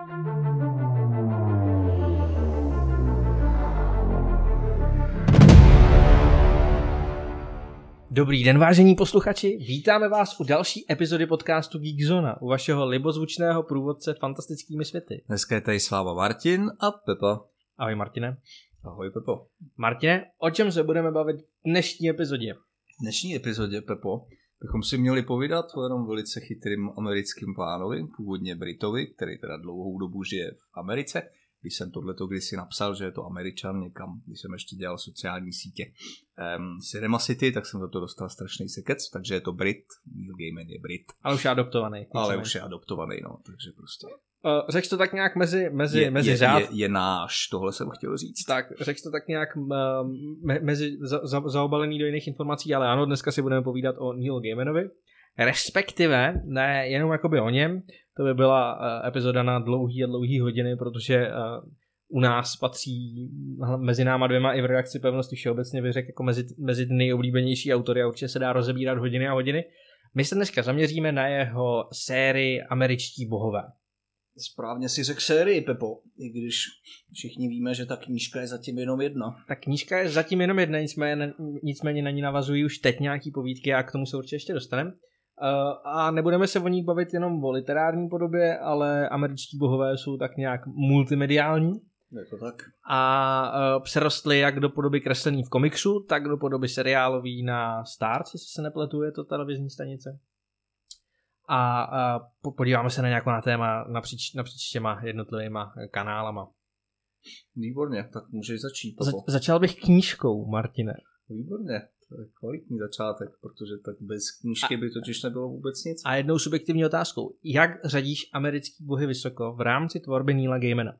Dobrý den, vážení posluchači, vítáme vás u další epizody podcastu Geekzona, u vašeho libozvučného průvodce fantastickými světy. Dneska je tady s váma Martin a Pepa. Ahoj Martine. Ahoj Pepo. Martine, o čem se budeme bavit v dnešní epizodě? V dnešní epizodě, Pepo, bychom si měli povídat o jenom velice chytrým americkým pánovi, původně Britovi, který teda dlouhou dobu žije v Americe. Když jsem tohleto kdysi napsal, že je to Američan někam, když jsem ještě dělal sociální sítě Cinema City, tak jsem za to dostal strašný sekec, takže je to Brit, Neil Gaiman je Brit. Ale už je adoptovaný. Už je adoptovaný, no, takže prostě. Řekl to tak nějak mezi řád? Je náš, tohle jsem chtěl říct. Tak, řekl to tak nějak mezi zaobalený do jiných informací, ale ano, dneska si budeme povídat o Neil Gaimanovi. Respektive, ne jenom jakoby o něm, to by byla epizoda na dlouhý hodiny, protože u nás patří mezi náma dvěma i v redakci Pevnosti všeobecně bych řekl jako mezi nejoblíbenější autory a určitě se dá rozebírat hodiny a hodiny. My se dneska zaměříme na jeho sérii Američtí bohové. Správně si řekl sérii, Pepo, i když všichni víme, že ta knížka je zatím jenom jedna. Ta knížka je zatím jenom jedna, nicméně na ní navazují už teď nějaký povídky a k tomu se určitě ještě dostaneme. A nebudeme se o ní bavit jenom o literární podobě, ale američtí bohové jsou tak nějak multimediální. Je to tak. A přerostly jak do podoby kreslený v komiksu, tak do podoby seriálový na Starz, jestli se nepletu, je to televizní stanice. A podíváme se na nějakou na téma napříč těma jednotlivýma kanálama. Výborně, tak můžeš začít. Začal bych knížkou, Martine. Výborně, to je kvalitní začátek, protože tak bez knížky by totiž nebylo vůbec nic. A jednou subjektivní otázkou. Jak řadíš americký bohy vysoko v rámci tvorby Neila Gaimana?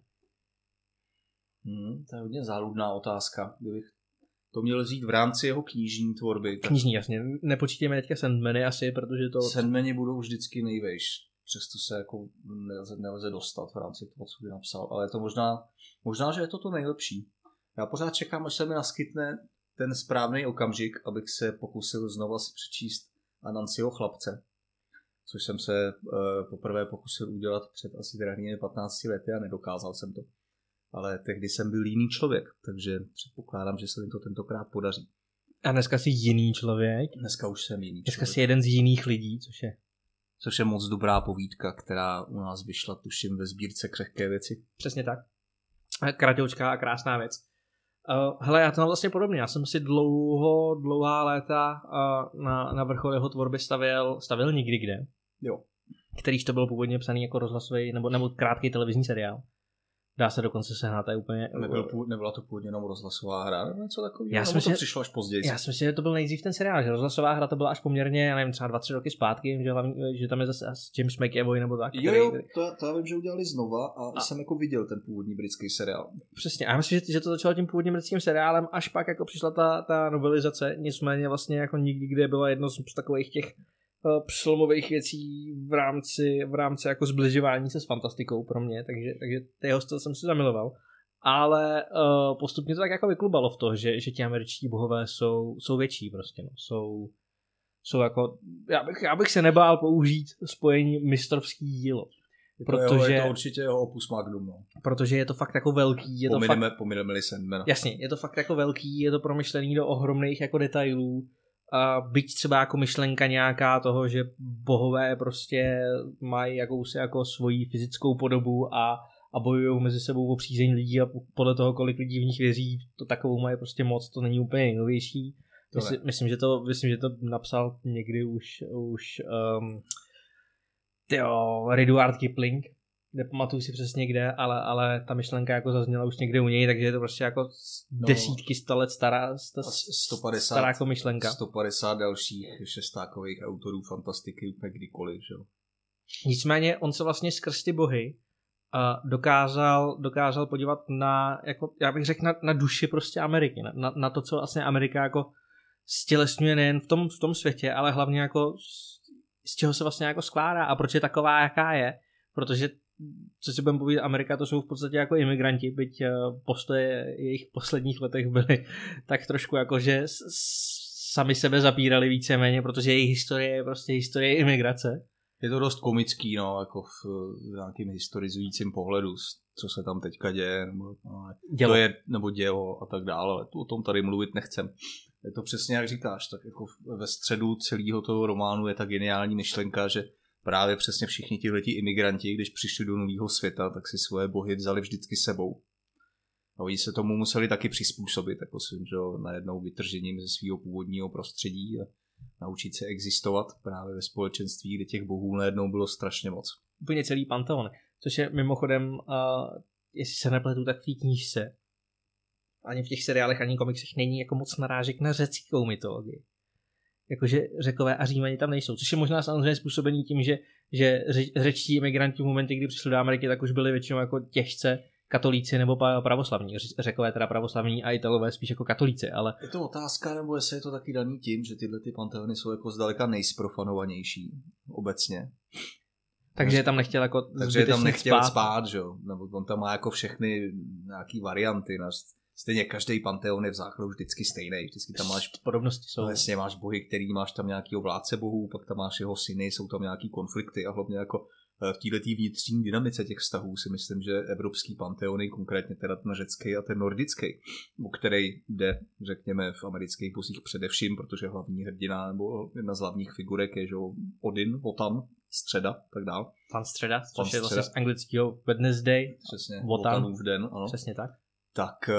To je hodně záludná otázka. Kdybych to měl vzít v rámci jeho knižní tvorby. Tak... Knižní, jasně. Nepočítáme teďka Sandmany asi, protože to... Sandmani budou vždycky nejvejš. Přesto se jako nelze dostat v rámci toho, co by napsal. Ale je to možná, že je to nejlepší. Já pořád čekám, až se mi naskytne ten správný okamžik, abych se pokusil znova si přečíst Ananciho chlapce. Což jsem se poprvé pokusil udělat před asi 15 lety a nedokázal jsem to. Ale tehdy jsem byl jiný člověk, takže předpokládám, že se mi to tentokrát podaří. A dneska jsi jiný člověk? Dneska už jsem jiný člověk. Dneska jsi jeden z jiných lidí, což je moc dobrá povídka, která u nás vyšla, tuším, ve sbírce Křehké věci. Přesně tak. Kratoučká a krásná věc. Hele, já to mám vlastně podobně. Já jsem si dlouhá léta na vrchol jeho tvorby stavil nikdy kde. Jo. Kterýž to bylo původně psaný jako rozhlasový nebo krátký televizní seriál. Dá se dokonce sehnat úplně. Nebyla to původně jenom rozhlasová hra nebo něco takového? Já si myslím, to přišlo až později. Já si myslím, že to byl nejdřív ten seriál, že rozhlasová hra to byla až poměrně, já nevím, třeba 2-3 roky zpátky, že tam je zase James McAvoy nebo tak. Jo, to já vím, že udělali znova a jsem jako viděl ten původní britský seriál. Přesně, a já myslím, že to začalo tím původním britským seriálem, až pak jako přišla ta novelizace, nicméně vlastně jako nikdy, kde byla jedno z takových těch přelomových věcí v rámci jako zbližování se s fantastikou pro mě, takže tého styl jsem si zamiloval. Ale postupně to tak jako vyklubalo v to, že ti američtí bohové jsou větší prostě, no. Jsou jako, já bych se nebál použít spojení mistrovský dílo. Protože je to určitě jeho opus magnum, no. Protože je to fakt jako velký. Pomineme-li Sandmana. Jasně, je to fakt jako velký, je to promyšlený do ohromných jako detailů. Byť třeba jako myšlenka nějaká toho, že bohové prostě mají jakousi jako svoji fyzickou podobu a bojují mezi sebou o přízeň lidí a podle toho, kolik lidí v nich věří, to takovou mají prostě moc, to není úplně nejnovější. Myslím, že to napsal někdy už Rudyard Kipling. Nepamatuju si přesně kde, ale ta myšlenka jako zazněla už někde u něj, takže je to prostě jako desítky let stará jako myšlenka. 150 dalších šestákových autorů fantastiky úplně kdykoliv, že jo. Nicméně on se vlastně skrz ty bohy dokázal podívat na, jako, já bych řekl, na duši prostě Ameriky, na to, co vlastně Amerika jako stělesňuje nejen v tom světě, ale hlavně jako z čeho se vlastně jako skládá a proč je taková, jaká je, protože co si budeme povídat, Amerika to jsou v podstatě jako imigranti, byť postoje jejich posledních letech byly tak trošku jako, že sami sebe zapírali víceméně, protože jejich historie je prostě historie imigrace. Je to dost komický, no, jako v nějakým historizujícím pohledu, co se tam teďka děje, nebo dělo a tak dále, ale o tom tady mluvit nechcem. Je to přesně jak říkáš, tak jako ve středu celého toho románu je ta geniální myšlenka, že právě přesně všichni tihleti imigranti, když přišli do nového světa, tak si svoje bohy vzali vždycky sebou. A oni se tomu museli taky přizpůsobit, jako svým, že najednou vytržením ze svého původního prostředí a naučit se existovat právě ve společenství, kde těch bohů najednou bylo strašně moc. Úplně celý panteon, což je mimochodem, jestli se nepletu, tak v té knížce, ani v těch seriálech, ani komiksech není jako moc narážek na řeckou mytologii. Jakože Řekové a Římani tam nejsou, což je možná samozřejmě způsobený tím, že řečtí imigranti v momentě, kdy přišli do Ameriky, tak už byli většinou jako těžce katolíci nebo pravoslavní. Řekové teda pravoslavní a Italové spíš jako katolíci, ale... Je to otázka, nebo jestli je to taky daný tím, že tyhle ty panteony jsou jako zdaleka nejsprofanovanější obecně. Takže je tam nechtěl jako takže je tam nechtěl spát, že jo? Nebo on tam má jako všechny nějaký varianty. Stejně každý panteon je v základu vždycky stejný. Vždycky tam máš podobnosti jsou. Vlastně máš bohy, který máš tam nějakýho vládce bohů, pak tam máš jeho syny, jsou tam nějaký konflikty a hlavně jako v této vnitřní dynamice těch vztahů si myslím, že evropský panteony, konkrétně teda ten řecký a ten nordický, o který jde, řekněme, v amerických bozích především, protože hlavní hrdina nebo jedna z hlavních figurek je, že Odin, Wotan, Středa, tak dál. Pan Středa, což je vlastně z anglického Wednesday. Přesně, Wotanův den, ano. Přesně tak. Tak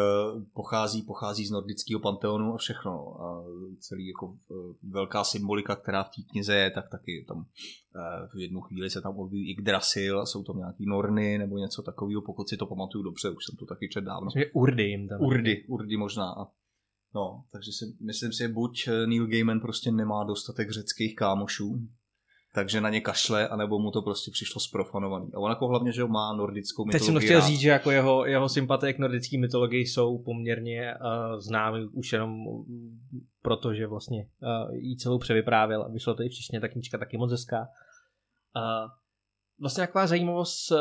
pochází z nordického panteonu a všechno. A celý jako velká symbolika, která v té knize je, tak taky tam v jednu chvíli se tam objeví Yggdrasil a jsou tam nějaký Norny nebo něco takového, pokud si to pamatuju dobře, už jsem to taky četl dávno. Myslím, že Urdy jim tam. Urdy možná. No, takže myslím si, buď Neil Gaiman prostě nemá dostatek řeckých kámošů, takže na ně kašle, anebo mu to prostě přišlo zprofanovaný. A on jako hlavně, že má nordickou mytologii. Teď jsem chtěl říct, že jako jeho sympatie k nordické mytologii jsou poměrně známy už jenom proto, že vlastně jí celou převyprávěl a vyšlo to i příště, ta knížka taky moc hezká. Vlastně taková zajímavost,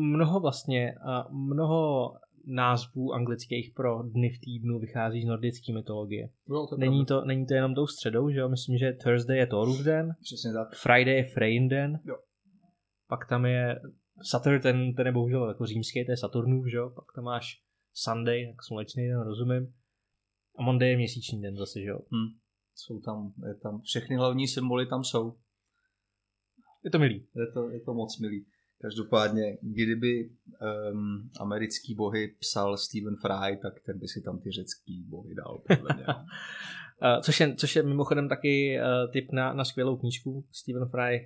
mnoho názvů anglických pro dny v týdnu vychází z nordické mytologie. No, není to jenom tou středou, že jo? Myslím, že Thursday je Thorův den. Přesně tak. Friday je Freyin den. Jo. Pak tam je Saturn, ten je bohužel jako římský, to je Saturnův, že jo? Pak tam máš Sunday, jako slunečný den, rozumím. A Monday je měsíční den zase, že jo? Jsou tam všechny hlavní symboly tam jsou. Je to milý. Je to moc milý. Každopádně, kdyby americký bohy psal Stephen Fry, tak ten by si tam ty řecký bohy dal, podle mě. Což je mimochodem taky tip na skvělou knížku. Stephen Fry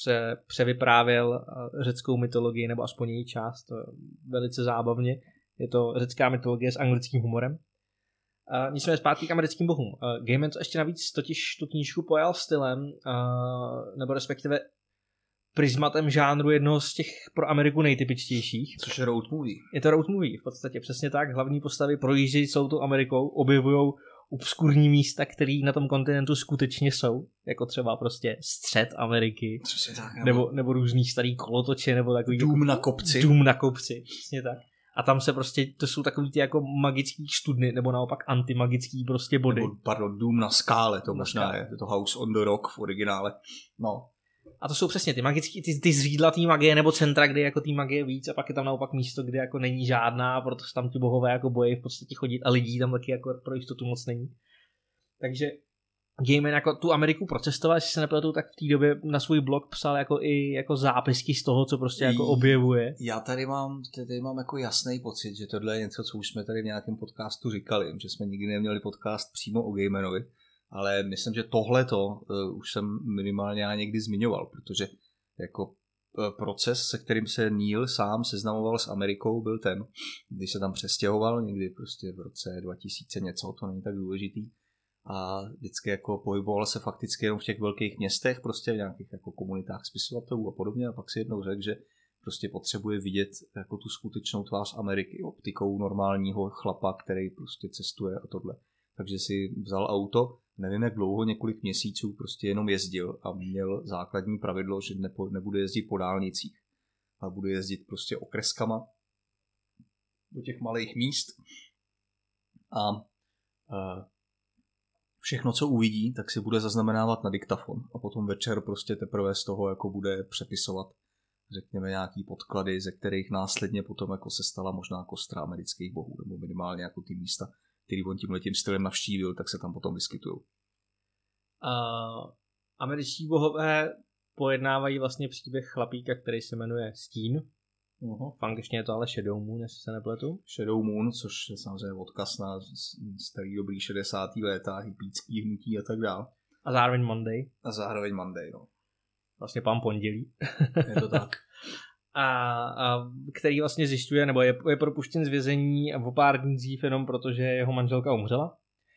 převyprávěl řeckou mytologii, nebo aspoň její část, velice zábavně. Je to řecká mytologie s anglickým humorem. Nicméně zpátky k americkým bohům. Gaiman to ještě navíc totiž tu knížku pojal stylem, nebo respektive prismatem žánru jednoho z těch pro Ameriku nejtypičtějších. Což je road movie. Je to road movie, v podstatě přesně tak. Hlavní postavy projíždějí celou tou Amerikou, objevujou obskurní místa, které na tom kontinentu skutečně jsou, jako třeba prostě střed Ameriky, tak, nebo různý starý kolotoče, nebo takový dům na kopci, přesně tak. A tam se prostě, to jsou takový ty jako magický studny, nebo naopak antimagický prostě body. Dům na skále, to možná je to House on the Rock v originále. No. A to jsou přesně ty magický, ty zřídlatý magie nebo centra, kde jako ty magie víc, a pak je tam naopak místo, kde jako není žádná, protože tam ty bohové jako bojí v podstatě chodit a lidí tam taky jako pro jistotu moc není. Takže Gaiman jako tu Ameriku procestoval, jestli se nepletu, tak v té době na svůj blog psal jako i jako zápisky z toho, co prostě jako objevuje. Já tady mám jako jasný pocit, že tohle je něco, co už jsme tady v nějakém podcastu říkali, že jsme nikdy neměli podcast přímo o Gaimanovi. Ale myslím, že tohleto už jsem minimálně někdy zmiňoval, protože jako proces, se kterým se Neil sám seznamoval s Amerikou, byl ten, když se tam přestěhoval někdy prostě v roce 2000 něco, to není tak důležitý. A vždycky jako pohyboval se fakticky jenom v těch velkých městech, prostě v nějakých jako komunitách spisovatelů a podobně, a pak si jednou řekl, že prostě potřebuje vidět jako tu skutečnou tvář Ameriky optikou normálního chlapa, který prostě cestuje a tohle. Takže si vzal auto, nevím jak dlouho, několik měsíců prostě jenom jezdil a měl základní pravidlo, že nebude jezdit po dálnicích, ale bude jezdit prostě okreskama do těch malých míst a všechno, co uvidí, tak si bude zaznamenávat na diktafon a potom večer prostě teprve z toho jako bude přepisovat, řekněme, nějaký podklady, ze kterých následně potom jako se stala možná kostra amerických bohů, nebo minimálně jako ty místa, který on tímhletím stylem navštívil, tak se tam potom vyskytují. Američtí bohové pojednávají vlastně příběh chlapíka, který se jmenuje Stín. V angličtině je to ale Shadow Moon, jestli se nepletu. Shadow Moon, což je samozřejmě odkaz na starý dobrý 60. léta, hippícký hnutí a tak dále. A zároveň Monday. No. Vlastně pán pondělí. Je to tak. a který vlastně zjišťuje, nebo je propuštěn z vězení o pár dní dřív jenom protože jeho manželka umřela.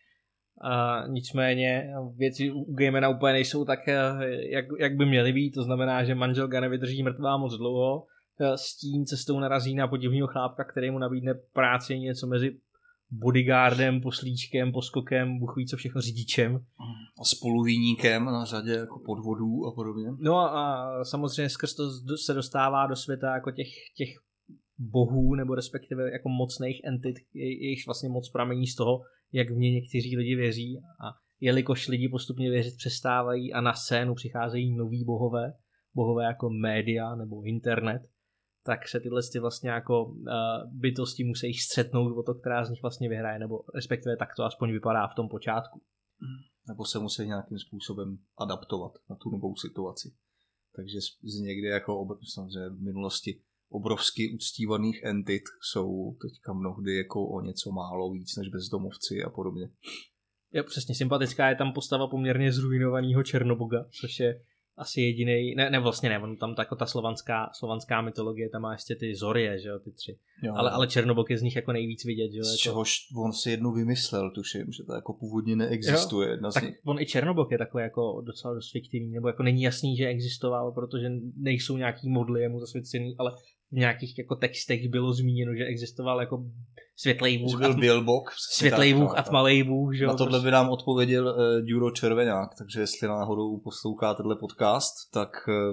Nicméně věci u Gamena úplně nejsou tak, jak by měly být. To znamená, že manželka nevydrží mrtvá moc dlouho. S tím cestou narazí na podivného chlápka, který mu nabídne práci něco mezi bodyguardem, poslíčkem, poskokem, Bůh ví co všechno, řidičem. A spoluviníkem na řadě jako podvodů a podobně. No a samozřejmě skrz to se dostává do světa jako těch bohů, nebo respektive jako mocných entit, jejichž vlastně moc pramení z toho, jak v ně někteří lidi věří. A jelikož lidi postupně věřit přestávají a na scénu přicházejí noví bohové jako média nebo internet, tak se tyhle vlastně jako bytosti musí střetnout o to, která z nich vlastně vyhraje, nebo respektive tak to aspoň vypadá v tom počátku. Nebo se musí nějakým způsobem adaptovat na tu novou situaci. Takže z někdy jako samozřejmě v minulosti obrovsky uctívaných entit jsou teďka mnohdy jako o něco málo víc než bezdomovci a podobně. Je přesně sympatická, je tam postava poměrně zrujnovaného Černoboga, což je asi jedinej, on tam jako ta slovanská mytologie, tam má ještě ty Zorie, že jo, ty tři. Jo. Ale Černobog je z nich jako nejvíc vidět, že jo. Z čehož on si jednu vymyslel, tuším, že to jako původně neexistuje. Jedna z tak nich. On i Černobog je takový jako docela dost fiktivní, nebo jako není jasný, že existoval, protože nejsou nějaký modly jemu zasvěcený, ale v nějakých jako textech bylo zmíněno, že existoval jako světlej bůh. Že byl Bilbok. Světlej bůh a tmavej bůh. Že na tohle by nám odpověděl Ďuro Červeňák, takže jestli náhodou poslouchá tenhle podcast, tak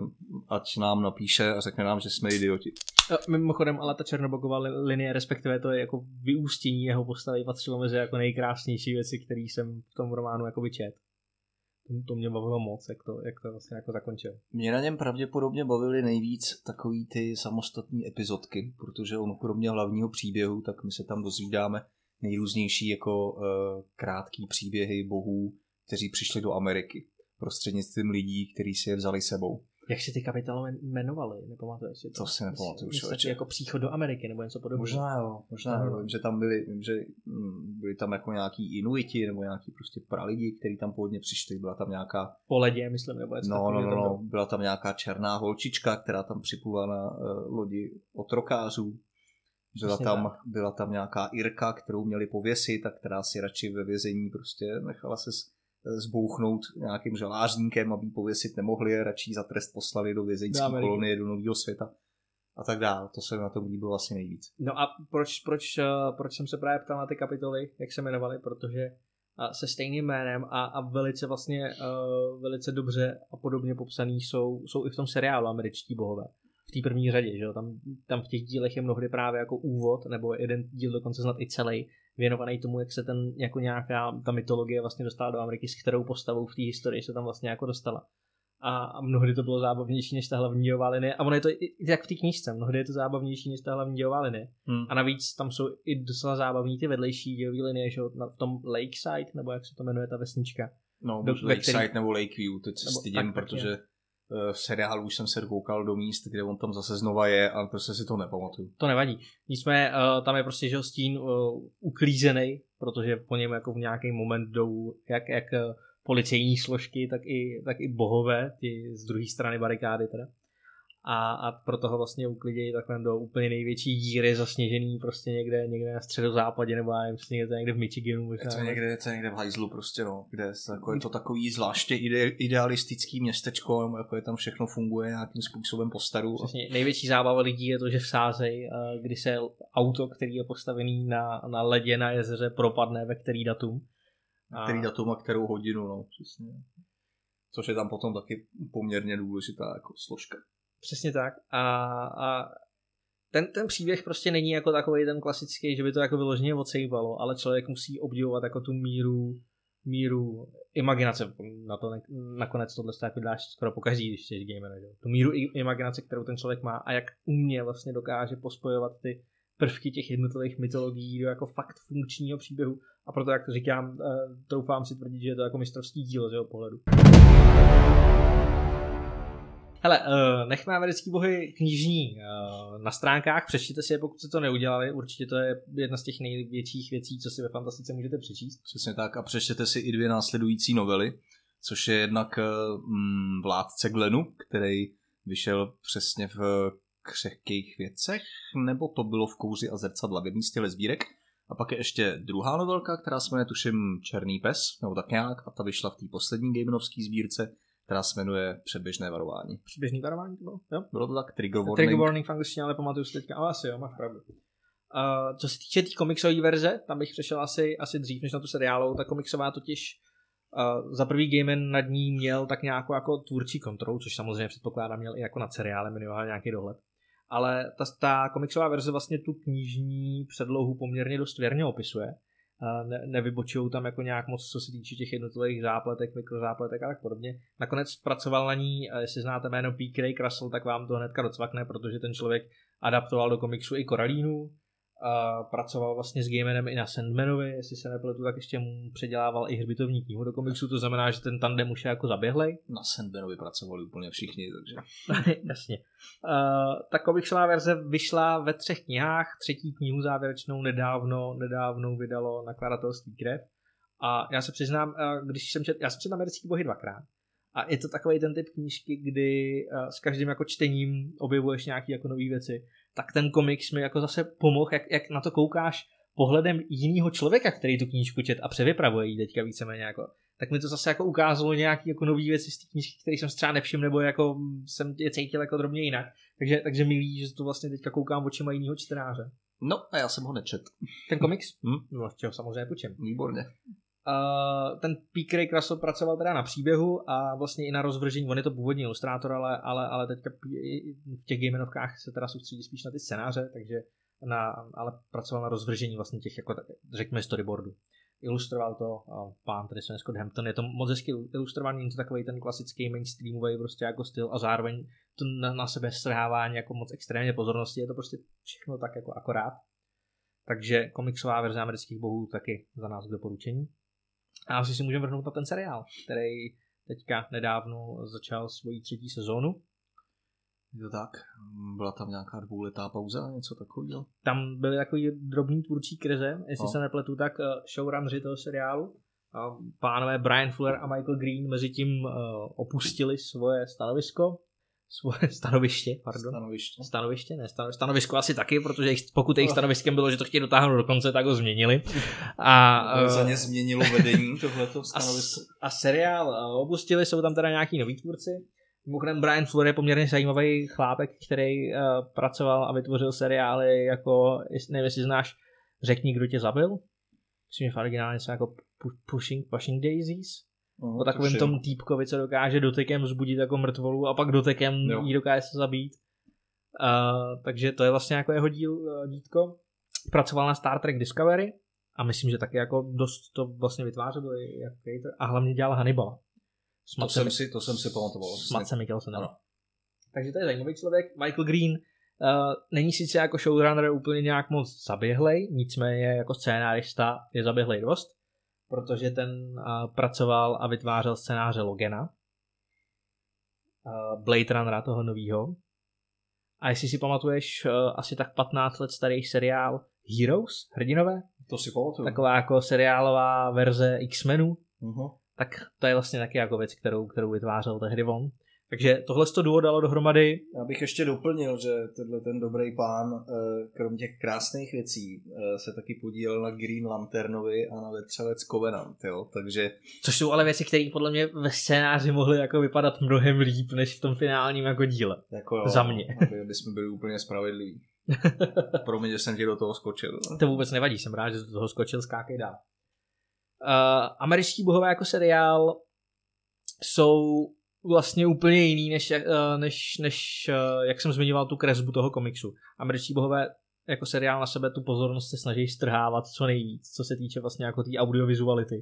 ať nám napíše a řekne nám, že jsme idioti. Mimochodem, ale ta Černobogová linie, respektive to je jako vyústění jeho postavy, patřilo mezi jako nejkrásnější věci, které jsem v tom románu jako čet. To mě bavilo moc, jak to vlastně jako zakončil. Mě na něm pravděpodobně bavily nejvíc takový ty samostatné epizodky, protože on kromě hlavního příběhu, tak my se tam dozvídáme nejrůznější jako krátký příběhy bohů, kteří přišli do Ameriky prostřednictvím lidí, kteří si je vzali sebou. Jak si ty kapitoly jmenovali? Nepamatuješ si to? To si nepamatuju. Jako příchod do Ameriky nebo něco podobného? Možná jo. Vím, že tam byli tam jako nějaký Inuiti nebo nějaký prostě pralidi, kteří tam původně přišli. Byla tam nějaká... Po ledě, myslím, nebo něco No. Byla tam nějaká černá holčička, která tam připlula na lodi otrokářů. Byla tam nějaká Irka, kterou měli pověsit a která si radši ve vězení prostě nechala se zbouchnout nějakým žalářníkem, aby pověsit nemohli, radši za trest poslali do vězeňské kolonie do Nového světa a tak dále. To se mi na tom líbilo asi nejvíc. No a proč jsem se právě ptal na ty kapitoly, jak se jmenovaly, protože se stejným jménem a velice vlastně velice dobře a podobně popsaný jsou i v tom seriálu Američtí bohové. V té první řadě, že jo? Tam v těch dílech je mnohdy právě jako úvod, nebo jeden díl dokonce snad i celý, věnovaný tomu, jak se nějaká ta mytologie vlastně dostala do Ameriky, s kterou postavou v té historii se tam vlastně jako dostala. A mnohdy to bylo zábavnější než ta hlavní dějová linie. A ono je to jak v té knížce, mnohdy je to zábavnější než ta hlavní dějová linie. A navíc tam jsou i docela zábavní ty vedlejší dějové linie, že v tom Lakeside, nebo jak se to jmenuje ta vesnička. No, Lakeside nebo Lakeview, teď se stydím, protože v seriálu už jsem se koukal do míst, kde on tam zase znova je a prostě si to nepamatuju. To nevadí. Nicméně tam je prostě, že Stín uklízený, protože po něm jako v nějaký moment jdou jak policejní složky, tak i bohové, ty z druhé strany barikády teda. A proto ho vlastně uklidějí takhle do úplně největší díry zasněžený prostě někde na středozápadě, nebo já nevím, někde v Michiganu možná. Je to někde v hajzlu prostě, no, kde je to takový zvláště idealistický městečko, jako je tam všechno funguje nějakým způsobem po staru. Přesně, největší zábava lidí je to, že vsázejí, kdy se auto, který je postavený na ledě na jezeře, propadne ve který datum. Který datum a kterou hodinu, no, přesně. Což je tam potom taky poměrně důležitá jako složka. Přesně tak. A ten příběh prostě není jako takový ten klasický, že by to jako vyloženě odsejbalo, ale člověk musí obdivovat jako tu míru míru imaginace, na to nakonec tohle jako dáš skoro pokaždý, když jsi gamer, že? Tu míru imaginace, kterou ten člověk má a jak umě vlastně dokáže pospojovat ty prvky těch jednotlivých mytologií do jako fakt funkčního příběhu a proto, jak to říkám, troufám si tvrdit, že je to jako mistrovský dílo z jeho pohledu. Hele, nechme americký bohy knižní na stránkách, přečtěte si je, pokud jste to neudělali, určitě to je jedna z těch největších věcí, co si ve fantastice můžete přečíst. Přesně tak a přečtěte si i 2 následující novely, což je jednak Vládce Glenu, který vyšel přesně v Křehkých věcech, nebo to bylo v Kouři a zrcadla v jedný z těch sbírek. A pak je ještě druhá novelka, která se jmenuje tuším Černý pes, nebo tak nějak, a ta vyšla v té poslední gamenovské sbírce, která se jmenuje Předběžné varování. Předběžné varování to bylo? Jo? Bylo to tak? Trigger Warning. Trigger Warning v angličtině, ale pamatuju si teďka, ale asi jo, máš pravdu. Co se týče té komiksové verze, tam bych přešel asi dřív než na tu seriálu, ta komiksová totiž za prvý Gaiman nad ní měl tak nějakou jako tvůrčí kontrolu, což samozřejmě předpokládám měl i jako nad seriálem, měl nějaký dohled. Ale ta komiksová verze vlastně tu knižní předlohu poměrně dost věrně opisuje. Nevybočují tam jako nějak moc, co se týče těch jednotlivých zápletek, mikrozápletek a tak podobně. Nakonec pracoval na ní, jestli znáte jméno P. Craig Russell, tak vám to hnedka docvakne, protože ten člověk adaptoval do komiksu i Koralínu. Pracoval vlastně s Gaimanem i na Sandmanovi, jestli se nepletu, tak ještě mu předělával i hřbitovní knihu do komiksu, to znamená, že ten tandem už je jako zaběhlej. Na Sandmanovi pracovali úplně všichni, takže... Jasně. Ta komiksová verze vyšla ve 3 knihách, 3. knihu závěrečnou nedávno vydalo nakladatelství Krev. A já se přiznám, já jsem četl Americký bohy 2krát. A je to takový ten typ knížky, kdy s každým jako čtením objevuješ nějaké jako nové věci. Tak ten komiks mi jako zase pomohl, jak na to koukáš pohledem jiného člověka, který tu knížku čet a převypravuje ji teďka víceméně jako. Tak mi to zase jako ukázalo nějaké jako nové věci z té knížky, které jsem třeba nevšiml, nebo jako jsem je cítil jako drobně jinak. Takže milý, že to vlastně teďka koukám očima jiného čtenáře. No a já jsem ho nečet. Ten komiks? No, čeho samozřejmě počím. Výborně. Ten P. Craig Russell pracoval teda na příběhu a vlastně i na rozvržení, on je to původní ilustrátor, ale teďka v těch Gaimanovkách se teda soustředí spíš na ty scénáře, takže ale pracoval na rozvržení vlastně těch, jako řekněme, storyboardů. Ilustroval to pán, tady se Scott Hampton, je to moc hezky ilustrovaný, je to takový ten klasický mainstreamový prostě jako styl a zároveň to na sebe strhávání jako moc extrémně pozornosti, je to prostě všechno tak jako akorát. Takže komiksová verze Amerických bohů taky za nás k doporučení. A asi si můžeme vrhnout na ten seriál, který teďka nedávno začal svoji 3. sezónu. Je to tak? Byla tam nějaká 2letá pauza, něco takového? Tam byly takový drobný tvůrčí krize, jestli se nepletu, tak showrunneři toho seriálu, pánové Brian Fuller a Michael Green, mezi tím opustili svoje stanovisko asi taky, protože pokud jejich stanoviskem bylo, že to chtějí dotáhnout do konce, tak ho změnili. A za ně změnilo vedení tohleto stanovisko. A seriál opustili, jsou tam teda nějaký noví tvůrci. Mimochodem Brian Fuller je poměrně zajímavý chlápek, který pracoval a vytvořil seriály jako, nevím, jestli znáš Řekni, kdo tě zabil. Myslím, že v originále něco jako Pushing Daisies. O takovým tom týpkovi, co dokáže dotekem vzbudit jako mrtvolu a pak dotekem jí dokáže se zabít. Takže to je vlastně jako jeho dítko. Pracoval na Star Trek Discovery a myslím, že taky jako dost to vlastně vytvářel a hlavně dělal Hannibala. To jsem si pamatoval. S Madsem Mikkelsenem. Takže to je zajímavý člověk. Michael Green není sice jako showrunner úplně nějak moc zaběhlej, nicméně jako scénárista je zaběhlej dost, protože ten pracoval a vytvářel scénáře Logana, Blade Runnera toho novýho. A jestli si pamatuješ asi tak 15 let starý seriál Heroes, hrdinové? To si pamatuju. Taková jako seriálová verze X-Menů. Tak to je vlastně taky jako věc, kterou vytvářel tehdy on. Takže tohle to duo dalo dohromady. Já bych ještě doplnil, že ten dobrý pán, krom těch krásných věcí, se taky podílel na Green Lanternovi a na Vetřelec Covenant, jo, takže... Což jsou ale věci, které podle mě ve scénáři mohly jako vypadat mnohem líp, než v tom finálním jako díle. Jako jo, za mě. Aby jsme byli úplně spravedliví. Pro mě, že jsem ti do toho skočil. To vůbec nevadí, jsem rád, že do toho skočil, skákej dál. Američtí bohové jako seriál jsou vlastně úplně jiný, než jak jsem zmiňoval tu kresbu toho komiksu. Američtí bohové jako seriál na sebe tu pozornost se snaží strhávat co nejvíc, co se týče vlastně jako té audiovizuality.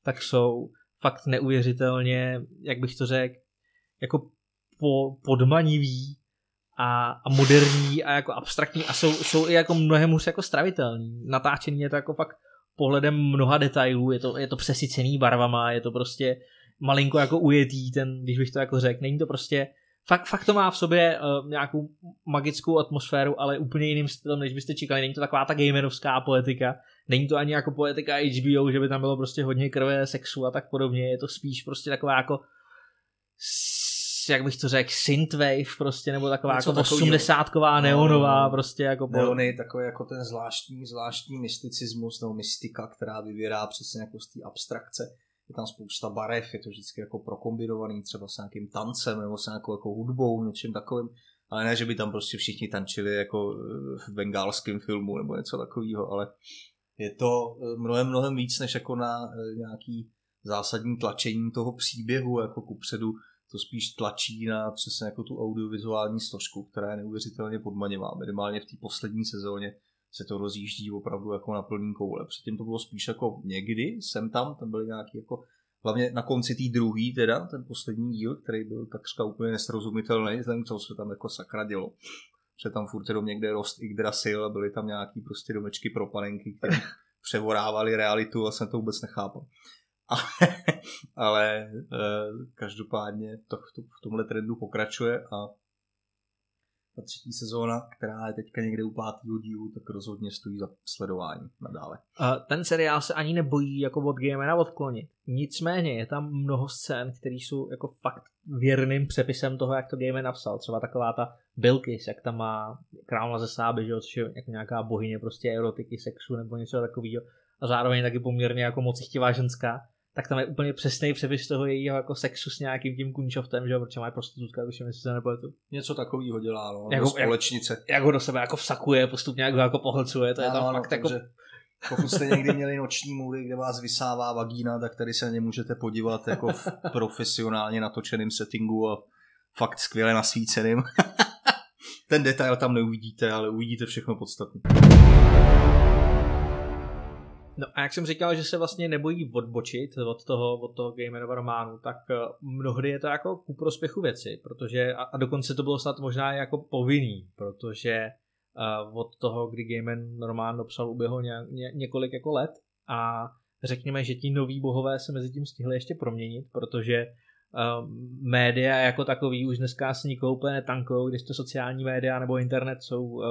tak jsou fakt neuvěřitelně, jak bych to řekl, jako podmanivý a moderní a jako abstraktní a jsou i jako mnohem hůř jako stravitelný. Natáčený je to jako fakt pohledem mnoha detailů, je to přesycený barvama, je to prostě malinko jako ujetý, když bych to jako řekl, není to prostě, fakt to má v sobě nějakou magickou atmosféru, ale úplně jiným stylem, než byste čekali, není to taková ta gamerovská poetika, není to ani jako poetika HBO, že by tam bylo prostě hodně krve, sexu a tak podobně, je to spíš prostě taková jako jak bych to řekl, synthwave prostě, nebo taková něco jako 80ková neonová prostě jako neony, takový jako ten zvláštní mysticismus nebo mystika, která vyvěrá přesně jako z té abstrakce. Je tam spousta barev, je to vždycky jako prokombinovaný třeba s nějakým tancem nebo s nějakou jako hudbou, něčím takovým, ale ne, že by tam prostě všichni tančili jako v bengálském filmu nebo něco takového, ale je to mnohem víc než jako na nějaký zásadní tlačení toho příběhu jako kupředu. To spíš tlačí na přesně jako tu audiovizuální složku, která je neuvěřitelně podmanivá. Minimálně v té poslední sezóně se to rozjíždí opravdu jako na plný koule. Předtím to bylo spíš jako někdy, tam byly nějaký jako, hlavně na konci té druhý teda, ten poslední díl, který byl takřka úplně nesrozumitelný, vzhledem co se tam jako sakra dělo. Že tam furt jenom někde rost Yggdrasil a byly tam nějaký prostě domečky pro panenky, které převorávaly realitu a jsem to vůbec nechápal. Ale každopádně to v tomhle trendu pokračuje a ta třetí sezóna, která je teďka někde u 5. dílu, tak rozhodně stojí za sledování nadále. Ten seriál se ani nebojí jako od gamera odklonit. Nicméně je tam mnoho scén, které jsou jako fakt věrným přepisem toho, jak to gamer napsal. Třeba taková ta Bilqis, jak tam má královna ze Sáby, že jo, což je jako nějaká bohyně prostě erotiky, sexu nebo něco takového. A zároveň taky poměrně jako mocichtivá ženská. Tak tam je úplně přesný přepis toho jejího jako sexu s nějakým tím kunčoftem, že jo, protože má prostitutka, už jestli se nepletu. Něco takového dělá, no, jako společnice. Jak ho do sebe jako vsakuje, postupně jak ho jako pohlcuje, to je tam fakt jako... Pokud jste někdy měli noční můry, kde vás vysává vagína, tak tady se nemůžete podívat jako v profesionálně natočeném settingu a fakt skvěle nasvíceným. Ten detail tam neuvidíte, ale uvidíte všechno podstatné. No a jak jsem říkal, že se vlastně nebojí odbočit od toho gamerova románu, tak mnohdy je to jako ku prospěchu věci, protože a dokonce to bylo snad možná jako povinný, protože od toho, kdy gamer román dopsal, uběhlo několik jako let a řekněme, že ti noví bohové se mezi tím stihli ještě proměnit, protože média jako takový už dneska si nikoho úplně netankou, když to sociální média nebo internet jsou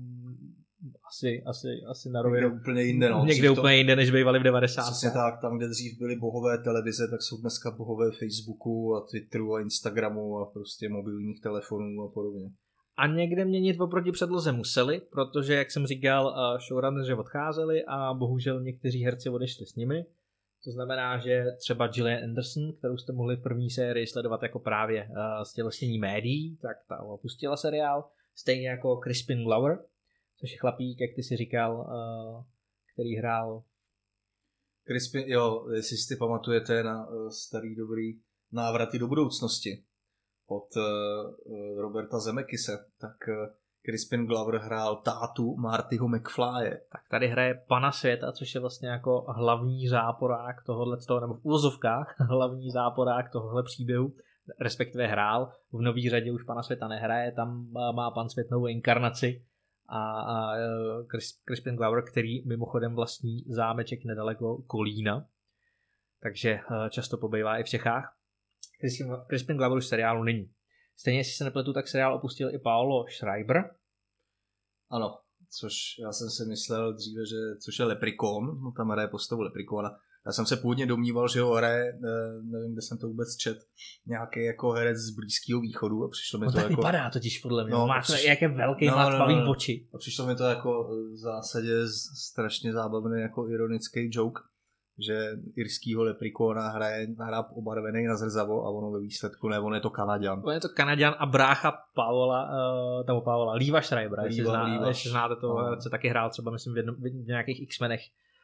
asi na rovinu. Někde úplně jinde, no. Někde úplně jinde, než bývali v 90. Přesně tak, tam, kde dřív byly bohové televize, tak jsou dneska bohové Facebooku a Twitteru a Instagramu a prostě mobilních telefonů a podobně. A někde měnit oproti předloze museli, protože, jak jsem říkal, showrunneři odcházeli a bohužel někteří herci odešli s nimi. To znamená, že třeba Gillian Anderson, kterou jste mohli v první sérii sledovat jako právě stělesnění médií, tak ta opustila seriál, stejně jako Crispin Glover, což je chlapík, jak ty si říkal, který hrál... Crispin, jo, jestli si pamatujete na starý dobrý Návraty do budoucnosti od Roberta Zemeckise, tak Crispin Glover hrál tátu Martyho McFlye. Tak tady hraje Pana světa, což je vlastně jako hlavní záporák tohoto, nebo v úvozovkách hlavní záporák tohohle příběhu, respektive hrál. V nový řadě už Pana světa nehraje, tam má Pan svět novou inkarnaci a Crispin Glover, který mimochodem vlastní zámeček nedaleko Kolína, takže často pobývá i v Čechách. Crispin Glover už v seriálu není. Stejně, jestli se nepletu, tak seriál opustil i Paolo Schreiber. Ano, což já jsem si myslel dříve, že což je Leprechaun, no tam hraje postavu Leprechauна. Já jsem se původně domníval, že ho hraje, nevím, kde jsem to vůbec čet, nějaký jako herec z Blízkého východu a přišlo mi to jako... vypadá totiž podle mě, má jaké velký hladpavý oči. A přišlo mi to jako v zásadě strašně zábavný jako ironický joke, že irskýho Leprechauna hraje obarvený na zrzavo a ono ve výsledku ne, on je to Kanaďan. On je to Kanaďan a brácha Paola, Liva Schreibera, jestli znáte to, se taky hrál třeba myslím v nějakých X-menech.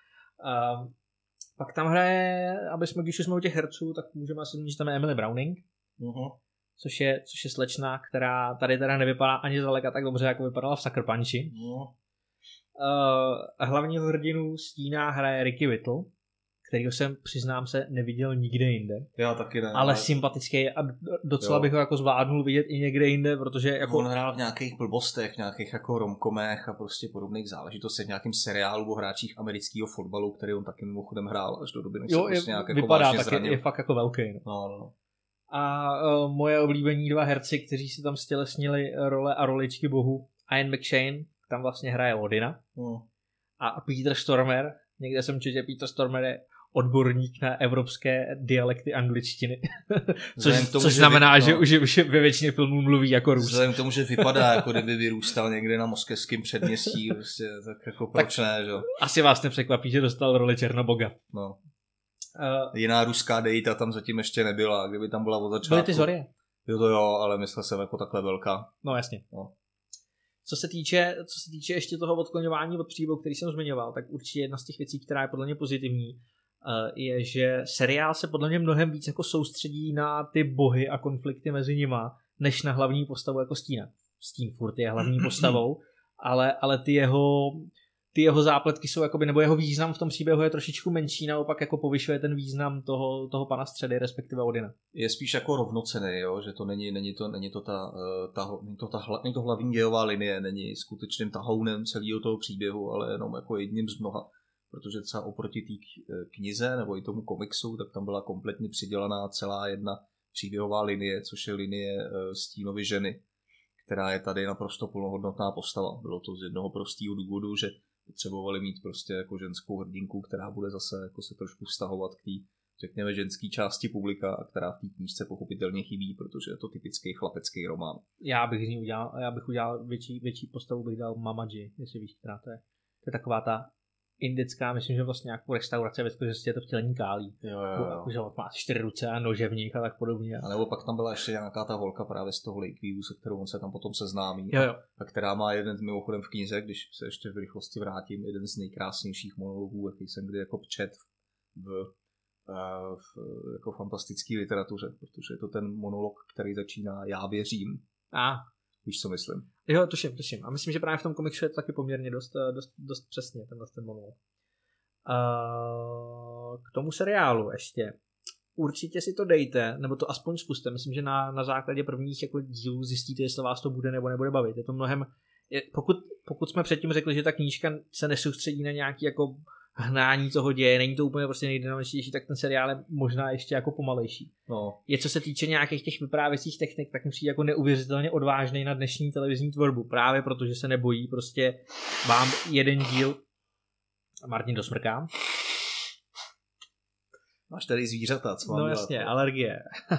Pak tam hraje, když jsme u těch herců, tak můžeme asi říct, že tam je Emily Browning, což je slečna, která tady teda nevypadá ani zdaleka tak dobře, jako vypadala v Sucker Punchi. Hlavního hrdinu Stína hraje Ricky Whittle, kterýho jsem, přiznám se, neviděl nikde jinde. Já taky ne. Ale sympatický a docela bych ho jako zvládnul vidět i někde jinde, protože jako... On hrál v nějakých blbostech, v nějakých jako romkomech a prostě podobných záležitostech, v nějakém seriálu o hráčích amerického fotbalu, který on taky mimochodem hrál až do doby, než se prostě nějak jako vypadá vážně tak, zranil. je fakt jako velký. No. A moje oblíbení 2 herci, kteří si tam stělesnili role a roličky bohu, Ian McShane, tam vlastně hraje Odina. A Peter Stormer, někde jsem četl, že Peter Stormer je odborník na evropské dialekty angličtiny. což znamená, že už ve většině filmů mluví jako Rus. Vzhledem k tomu, že vypadá, jako kdyby vyrůstal někde na moskevském předměstí, prostě, tak jako proč tak ne, že? Asi vás nepřekvapí, že dostal roli Černoboga. No. Jiná ruská dejita tam zatím ještě nebyla, kdyby tam byla od začátku. Byly ty Zorie. Jo, ale myslel jsem jako takhle velká. No jasně. No. Co se týče ještě toho odkloňování od příběhu, který jsem zmiňoval, tak určitě jedna z těch věcí, která je podle mě pozitivní, je, že seriál se podle mě mnohem víc jako soustředí na ty bohy a konflikty mezi nima, než na hlavní postavu jako Stína. Stín furt je hlavní postavou, ale ty jeho zápletky jsou jakoby, nebo jeho význam v tom příběhu je trošičku menší, naopak jako povyšuje ten význam toho pana středy, respektive Odina. Je spíš jako rovnocenný, jo? Že to není to hlavní dějová linie, není skutečným tahounem celého toho příběhu, ale jenom jako jedním z mnoha. Protože třeba oproti té knize nebo i tomu komiksu, tak tam byla kompletně přidělaná celá jedna příběhová linie, což je linie Stínovy ženy, která je tady naprosto plnohodnotná postava. Bylo to z jednoho prostého důvodu, že potřebovali mít prostě jako ženskou hrdinku, která bude zase jako se trošku vztahovat k té, řekněme, ženské části publika, a která v té knížce pochopitelně chybí, protože je to typický chlapecký román. Já bych udělal větší postavu, bych dal Mama G, jestli víš, která to je. To je taková ta indická, myslím, že vlastně nějakou restaurace, ve skutečnosti je to vtělení kálí. Jo. Že má 4 ruce a nože v nich a tak podobně. A nebo pak tam byla ještě nějaká ta holka právě z toho Lakeview, se kterou on se tam potom seznámí. Jo. A která má jeden mimochodem v knize, když se ještě v rychlosti vrátím, jeden z nejkrásnějších monologů, jaký jsem kdy jako čet v jako fantastické literatuře, protože je to ten monolog, který začíná Já věřím. Víš, co myslím? Jo, tuším. A myslím, že právě v tom komiksu je to taky poměrně dost přesně, ten monolog. K tomu seriálu ještě. Určitě si to dejte, nebo to aspoň zkuste. Myslím, že na základě prvních jako dílů zjistíte, jestli vás to bude nebo nebude bavit. Je to mnohem... Pokud jsme předtím řekli, že ta knížka se nesoustředí na nějaký jako hnání toho děje, není to úplně prostě nejdynamičtější, tak ten seriál je možná ještě jako pomalejší. No. Je, co se týče nějakých těch vyprávěcích technik, tak musí jako neuvěřitelně odvážný na dnešní televizní tvorbu, právě protože se nebojí prostě vám jeden díl. Martin dosmrká. Máš tady zvířata, co mám dělat? No jasně, alergie.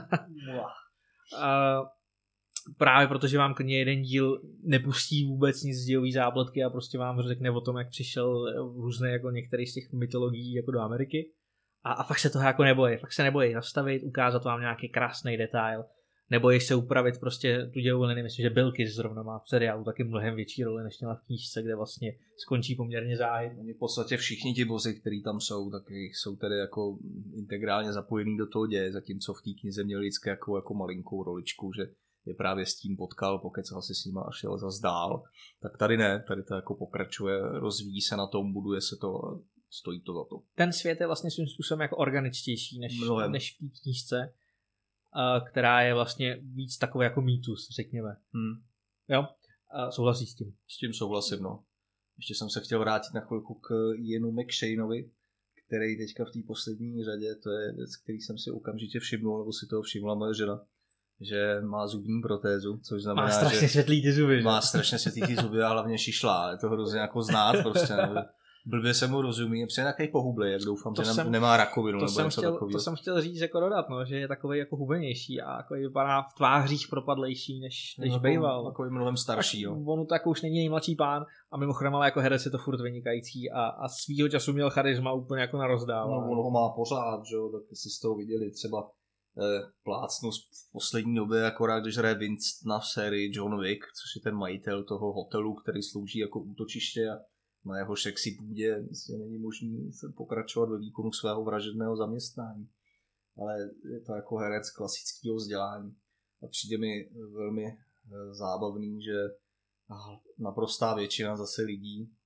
Právě protože vám klidně jeden díl nepustí vůbec nic z dějový zápletky a prostě vám řekne o tom, jak přišel různé jako některý z těch mytologií jako do Ameriky. A fakt se toho jako nebojí nastavit, ukázat vám nějaký krásný detail, nebojí se upravit prostě tu dějovou linii. Myslím, že Bilky zrovna má v seriálu taky mnohem větší roli, než měla v knížce, kde vlastně skončí poměrně záhy. Oni v podstatě všichni ti bozi, kteří tam jsou, tak jsou tedy jako integrálně zapojení do toho děje, zatímco v té knize měli vždycky jako malinkou roličku, že je právě s tím potkal, pokecal si s nima a šel zas dál. Tak tady ne, tady to jako pokračuje, rozvíjí se na tom, buduje se to a stojí to za to. Ten svět je vlastně svým způsobem jako organičtější než v té knížce, která je vlastně víc takový jako mýtus, řekněme. Jo? Souhlasíš s tím? S tím souhlasím, no. Ještě jsem se chtěl vrátit na chvilku k Ianu McShaneovi, který teďka v té poslední řadě, to je věc, který jsem si okamžitě všimnul, nebo si toho všimla moje žena, že má zubní protézu, což znamená, má strašně světlý ty zuby. Má strašně světlý ty zuby a hlavně šišlá. Je to hrozně jako znát prostě. Blbě se mu rozumí. Přijde nějaký pohublý, jak doufám, že nemá rakovinu. To jsem chtěl říct jako dodat, no, že je takový jako hubenější a jako vypadá v tvářích propadlejší, než býval. Takový mnohem starší. Jo. On tak už není nejmladší pán a mimochodem ale jako herec je to furt vynikající a svýho času měl charisma úplně jako na rozdávání. No, on ho má pořád, že jo, tak si z toho viděli třeba plácnu v poslední době, akorát když hraje Winstona v sérii John Wick, což je ten majitel toho hotelu, který slouží jako útočiště a na jeho sexy půdě vlastně není možný pokračovat ve výkonu svého vražedného zaměstnání. Ale je to jako herec klasického vzdělání. A přijde mi velmi zábavný, že naprostá většina zase lidí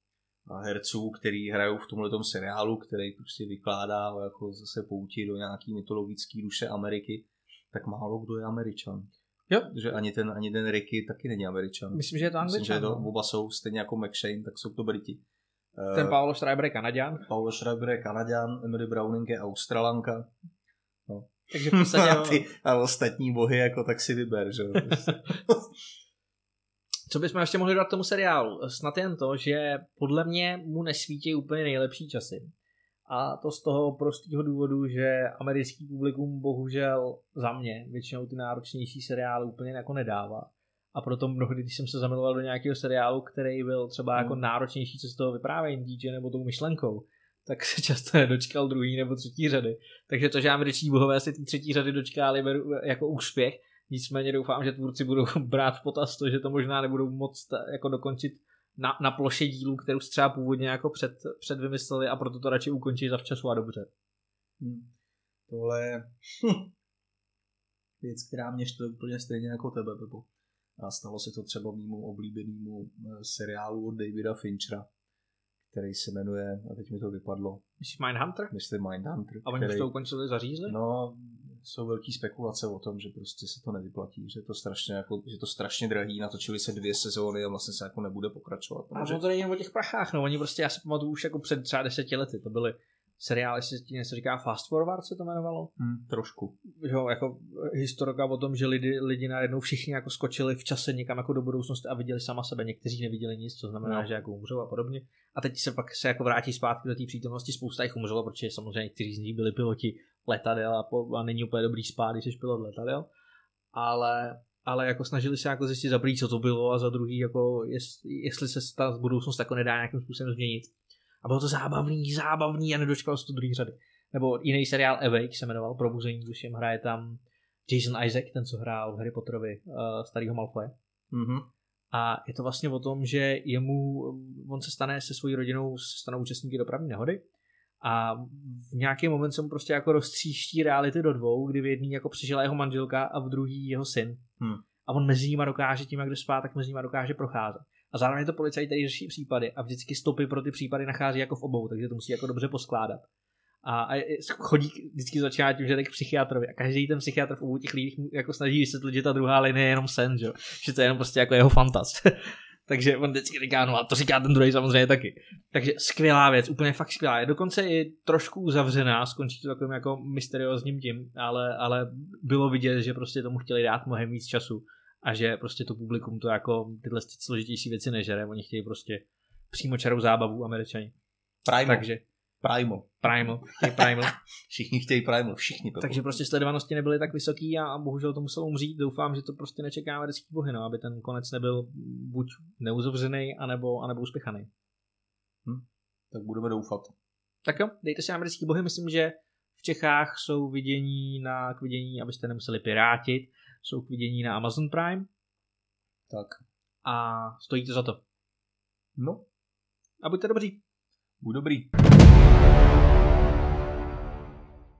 herců, který hrajou v tomhletom seriálu, který prostě vykládá jako zase pouti do nějaký mytologický duše Ameriky, tak málo kdo je Američan. Jo. Protože ani ten Ricky taky není Američan. Myslím, že je to Angličan. Myslím, že to oba jsou stejně jako McShane, tak jsou to Briti. Ten Paolo Schreiber je Kanaďan. Paolo Schreiber je Kanaďan, Emily Browning je Australanka. No. Takže v podstatě... a ostatní bohy jako tak si vyber, že jo. Co bychom ještě mohli dát tomu seriálu? Snad jen to, že podle mě mu nesvítí úplně nejlepší časy. A to z toho prostého důvodu, že americký publikum bohužel za mě většinou ty náročnější seriály úplně jako nedává. A proto mnohdy, když jsem se zamiloval do nějakého seriálu, který byl třeba jako náročnější co z toho vyprávění DJ nebo tou myšlenkou, tak se často nedočkal druhý nebo třetí řady. Takže to, že američtí bohové si ty třetí řady dočkali jako úspěch, nicméně doufám, že tvůrci budou brát v potaz to, že to možná nebudou moc jako dokončit na ploše dílu, kterou si třeba původně jako před vymysleli a proto to radši ukončí zavčasu a dobře. Tohle je věc, která mě štve úplně stejně jako tebe, Pepo. A stalo se to třeba mému oblíbenému seriálu od Davida Finchera, který se jmenuje, a teď mi to vypadlo. Myslíš Mindhunter? Myslím Mindhunter. A oni už to ukončili, zařízli? No, jsou velký spekulace o tom, že prostě se to nevyplatí, že to strašně drahý, natočili se 2 sezóny a vlastně se jako nebude pokračovat. A to není jen o těch prachách, no, oni prostě, já si pamatuju už jako před třeba 10 lety, to byly seriály, jestli ti něco říká Fast Forward se to jmenovalo? Trošku. Jo, jako historka o tom, že lidi najednou všichni jako skočili v čase někam jako do budoucnosti a viděli sama sebe, někteří neviděli nic, co znamená, že jako umřou a podobně. A teď se pak jako vrátí zpátky do té přítomnosti, spousta jich umřelo, protože samozřejmě někteří z nich byli piloti letadel a není úplně dobrý spát, když jsi pilot letadel. Ale jako snažili se jako zjistit za první, co to bylo, a za druhý, jako jestli se ta budoucnost jako nedá nějakým způsobem změnit. A bylo to zábavný a nedočkal se to druhý řady. Nebo jiný seriál Awake se jmenoval, Probuzení, tuším, hraje tam Jason Isaac, ten, co hrál v Harry Potterovi starýho Malfoye. A je to vlastně o tom, že on se stane se svojí rodinou, stanou účastníky dopravní nehody a v nějaký moment se mu prostě jako roztříští reality do dvou, kdy v jedný jako přežila jeho manželka a v druhý jeho syn. A on mezi nimi dokáže tím, jak jde spát, tak mezi nimi dokáže procházet. A zároveň je to policajt, který řeší případy a vždycky stopy pro ty případy nachází jako v obou, takže to musí jako dobře poskládat. A chodí, vždycky začíná tím, že jde k psychiatrovi a každý ten psychiatr v obou těch lidích jako snaží vysvětlit, že ta druhá linie je jenom sen, že to je jenom prostě jako jeho fantaz. Takže on vždycky říká, no a to říká ten druhý samozřejmě taky. Takže skvělá věc, úplně fakt skvělá. Je dokonce i trošku uzavřená, skončí to takovým jako mysteriózním tím, ale bylo vidět, že prostě tomu chtěli dát mnohem víc času a že prostě to publikum to jako tyhle složitější věci nežere, oni chtějí prostě přímočarou zábavu Američani. Takže Primal. Všichni chtějí Primal, všichni. Takže prostě sledovanosti nebyly tak vysoký a bohužel to muselo umřít. Doufám, že to prostě nečeká americký bohy, no, aby ten konec nebyl buď neuzavřený, anebo uspěchaný. Tak budeme doufat. Tak jo, dejte si americký bohy, myslím, že v Čechách jsou k vidění, abyste nemuseli pirátit, jsou k vidění na Amazon Prime. Tak. A stojí to za to. No. A buďte dobří. Buď dobrý.